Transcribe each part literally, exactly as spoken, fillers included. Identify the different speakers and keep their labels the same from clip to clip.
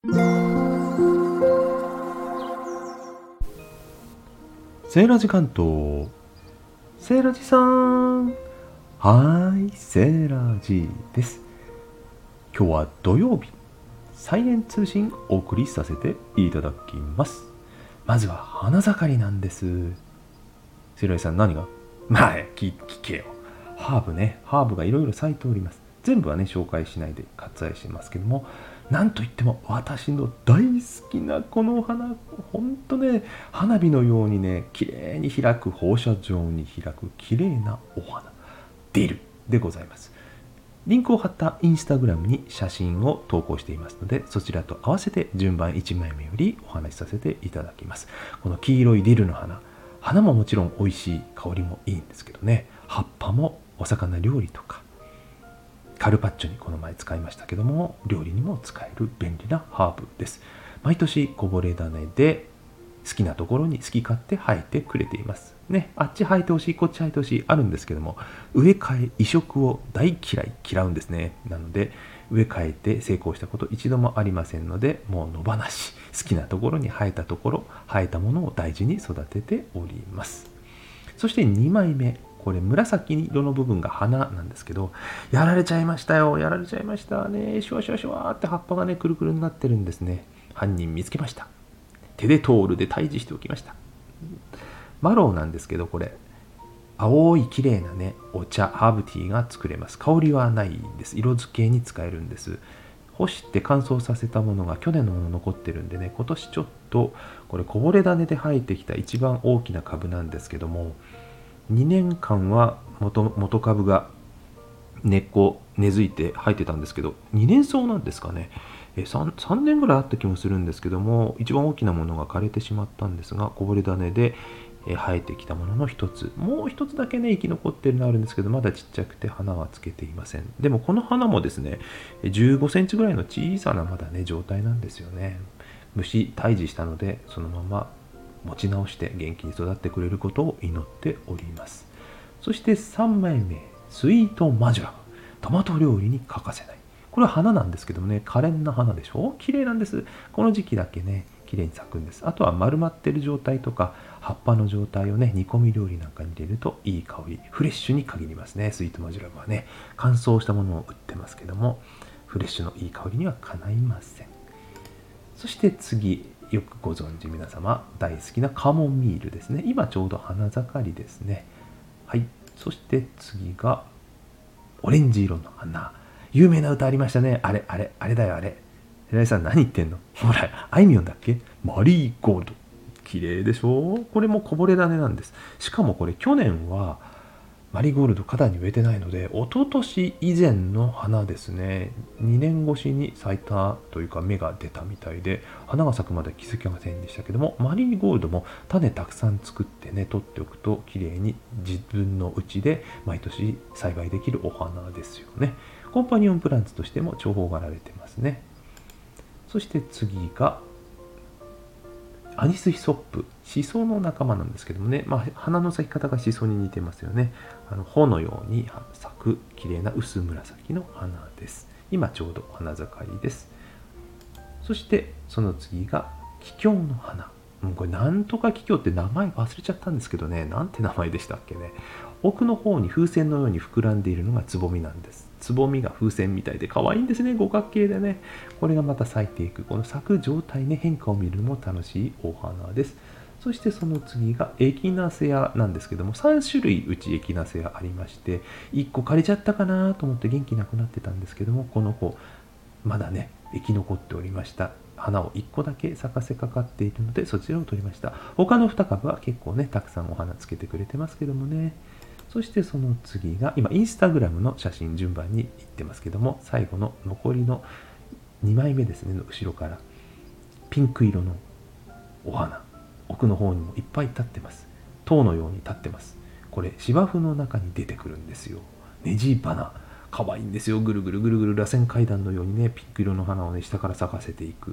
Speaker 1: セーラジ関東。セーラジさん。はーい、セーラジです。今日は土曜日、サイエン通信お送りさせていただきます。まずは花盛りなんです。セーラジさん、何が？まあ、聞, 聞けよ。ハーブね、ハーブがいろいろ咲いております。全部はね、紹介しないで割愛してますけども、なんといっても私の大好きなこのお花、ほんとね、花火のようにね、綺麗に開く、放射状に開く綺麗なお花、ディルでございます。リンクを貼ったインスタグラムに写真を投稿していますので、そちらと合わせて順番いちまいめよりお話しさせていただきます。この黄色いディルの花、花ももちろん美味しい、香りもいいんですけどね、葉っぱもお魚料理とかカルパッチョにこの前使いましたけども、料理にも使える便利なハーブです。毎年こぼれ種で好きなところに好き勝手生えてくれていますね。あっち生えてほしい、こっち生えてほしいあるんですけども、植え替え移植を大嫌い嫌うんですね。なので植え替えて成功したこと一度もありませんので、もう野放し、好きなところに生えたところ、生えたものを大事に育てております。そしてにまいめ、これ紫色の部分が花なんですけど、やられちゃいましたよ、やられちゃいましたね。シュワシュワシュワーって葉っぱがね、くるくるになってるんですね。犯人見つけました。手でトールで退治しておきました。マロウなんですけど、これ青い綺麗なね、お茶ハーブティーが作れます。香りはないんです。色付けに使えるんです。干して乾燥させたものが去年のもの残ってるんでね、今年ちょっとこれこぼれ種で生えてきた一番大きな株なんですけども、にねんかんは 元, 元株が根っこ根付いて生えてたんですけど、にねん草なんですかね、え 3, さんねんぐらいあった気もするんですけども、一番大きなものが枯れてしまったんですが、こぼれ種で生えてきたものの一つ、もう一つだけね生き残ってるのあるんですけど、まだちっちゃくて花はつけていません。でもこの花もですね、じゅうごセンチぐらいの小さなまだね状態なんですよね。虫退治したので、そのまま持ち直して元気に育ってくれることを祈っております。そしてさんまいめ、スイートマジュラム、トマト料理に欠かせない。これは花なんですけどもね、可憐な花でしょ。綺麗なんです。この時期だけね綺麗に咲くんです。あとは丸まってる状態とか葉っぱの状態をね、煮込み料理なんかに入れるといい香り、フレッシュに限りますね。スイートマジュラムはね、乾燥したものを売ってますけども、フレッシュのいい香りにはかないません。そして次、よくご存知皆様大好きなカモミールですね。今ちょうど花盛りですね。はい。そして次がオレンジ色の花。有名な歌ありましたね。あれあれあれだよあれ。寺井さん何言ってんの？ほら、あいみょんだっけ？マリーゴールド。綺麗でしょ？これもこぼれ種なんです。しかもこれ去年はマリーゴールド花壇に植えてないので、一昨年以前の花ですね。にねん越しに咲いたというか芽が出たみたいで、花が咲くまで気づきませんでしたけども、マリーゴールドも種たくさん作ってね、取っておくと綺麗に自分の家で毎年栽培できるお花ですよね。コンパニオンプランツとしても重宝がられてますね。そして次がアニスヒソップ、シソの仲間なんですけどもね、まあ、花の咲き方がシソに似てますよね。あの穂のように咲く綺麗な薄紫の花です。今ちょうど花盛りです。そしてその次がキキョウの花。うん、これなんとかキキョウって名前忘れちゃったんですけどね、なんて名前でしたっけね。奥の方に風船のように膨らんでいるのがつぼみなんです。つぼみが風船みたいで可愛いんですね、五角形でね。これがまた咲いていく、この咲く状態ね、変化を見るのも楽しいお花です。そしてその次がエキナセアなんですけども、さんしゅるいうちエキナセアありまして、いっこ枯れちゃったかなと思って元気なくなってたんですけども、この子まだね生き残っておりました。花をいっこだけ咲かせかかっているので、そちらを取りました。他のに株は結構ねたくさんお花つけてくれてますけどもね。そしてその次が今インスタグラムの写真順番にいってますけども、最後の残りのにまいめですねの後ろからピンク色のお花、奥の方にもいっぱい立ってます。塔のように立ってます。これ芝生の中に出てくるんですよ。ネジ花、可愛いんですよ。ぐるぐるぐるぐる螺旋階段のようにね、ピンク色の花をね下から咲かせていく。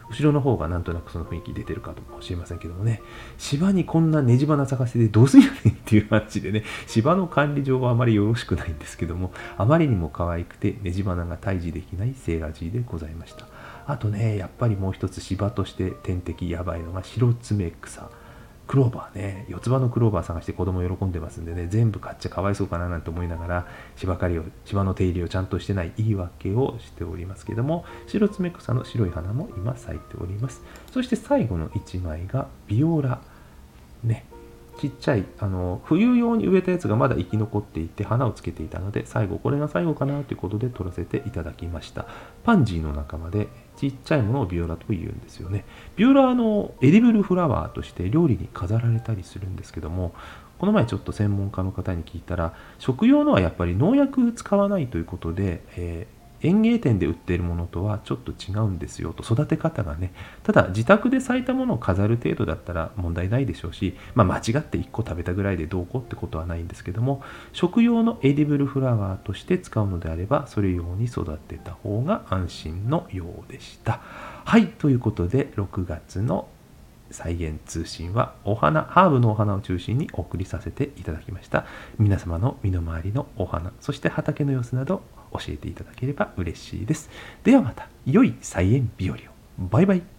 Speaker 1: 後ろの方がなんとなくその雰囲気出てるかもしれませんけどもね、芝にこんなネジ花咲かせてどうすんやねんっていう話でね、芝の管理上はあまりよろしくないんですけども、あまりにも可愛くてネジ花が退治できないセーラー G でございました。あとね、やっぱりもう一つ芝として天敵やばいのが白爪草。クローバーね、四つ葉のクローバー探して子供喜んでますんでね、全部買っちゃかわいそうかななんて思いながら、芝刈りを、芝の手入れをちゃんとしてない言い訳をしておりますけども、白爪草の白い花も今咲いております。そして最後のいちまいがビオラ。ね。ちっちゃい、あの、冬用に植えたやつがまだ生き残っていて、花をつけていたので、最後、これが最後かなということで撮らせていただきました。パンジーの仲間で、ちっちゃいものをビオラと言うんですよね。ビオラはあのエディブルフラワーとして料理に飾られたりするんですけども、この前ちょっと専門家の方に聞いたら、食用のはやっぱり農薬使わないということで、えー園芸店で売っているものとはちょっと違うんですよと、育て方がね。ただ自宅で咲いたものを飾る程度だったら問題ないでしょうし、まあ、間違っていっこ食べたぐらいでどうこうってことはないんですけども、食用のエディブルフラワーとして使うのであればそれ用に育てた方が安心のようでした。はい、ということでろくがつのサイエン通信はお花、ハーブのお花を中心にお送りさせていただきました。皆様の身の回りのお花、そして畑の様子など教えていただければ嬉しいです。ではまた良い菜園日和を。バイバイ。